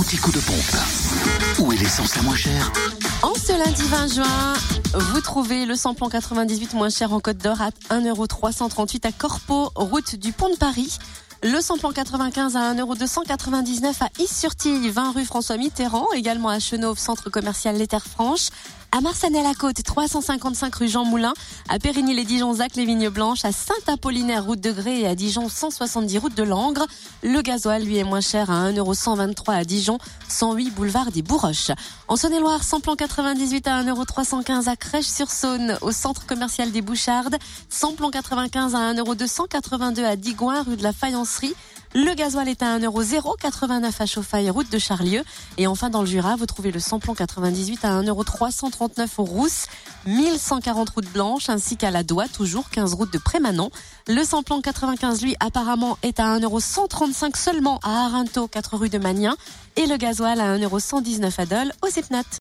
l'anti-coup de pompe. Où est l'essence la moins chère ? En ce lundi 20 juin, vous trouvez le samplon 98 moins cher en Côte d'Or à 1,338 € à Corpeau, route du Pont de Paris. Le samplon 95 à 1,299 € à Is-sur-Tille, 20 rue François Mitterrand, également à Chenauve, centre commercial Les Terres Franches. À Marsanais-la-Côte, 355 rue Jean Moulin. À Périgny-les-Dijon-Zac, les Vignes Blanches. À Saint-Apollinaire, route de Grès. Et à Dijon, 170 route de Langres. Le gasoil, lui, est moins cher à 1,123 € à Dijon, 108 boulevard des Bourroches. En Saône-et-Loire, samplon 98 à 1,315 € à Crèche-sur-Saône, au centre commercial des Bouchardes. Samplon 95 à 1,282 € à Digoin, rue de la Faïencerie. Le gasoil est à 1,089 € à Chauffaille, route de Charlieu. Et enfin, dans le Jura, vous trouvez le samplon 98 à 1,339 € aux Rousses, 1140 route Blanche, ainsi qu'à la Doua, toujours 15 route de Prémanon. Le samplon 95, lui, apparemment, est à 1,135 € seulement à Arinto, 4 rue de Magnin. Et le gasoil à 1,119 € à Dole, aux Epnates.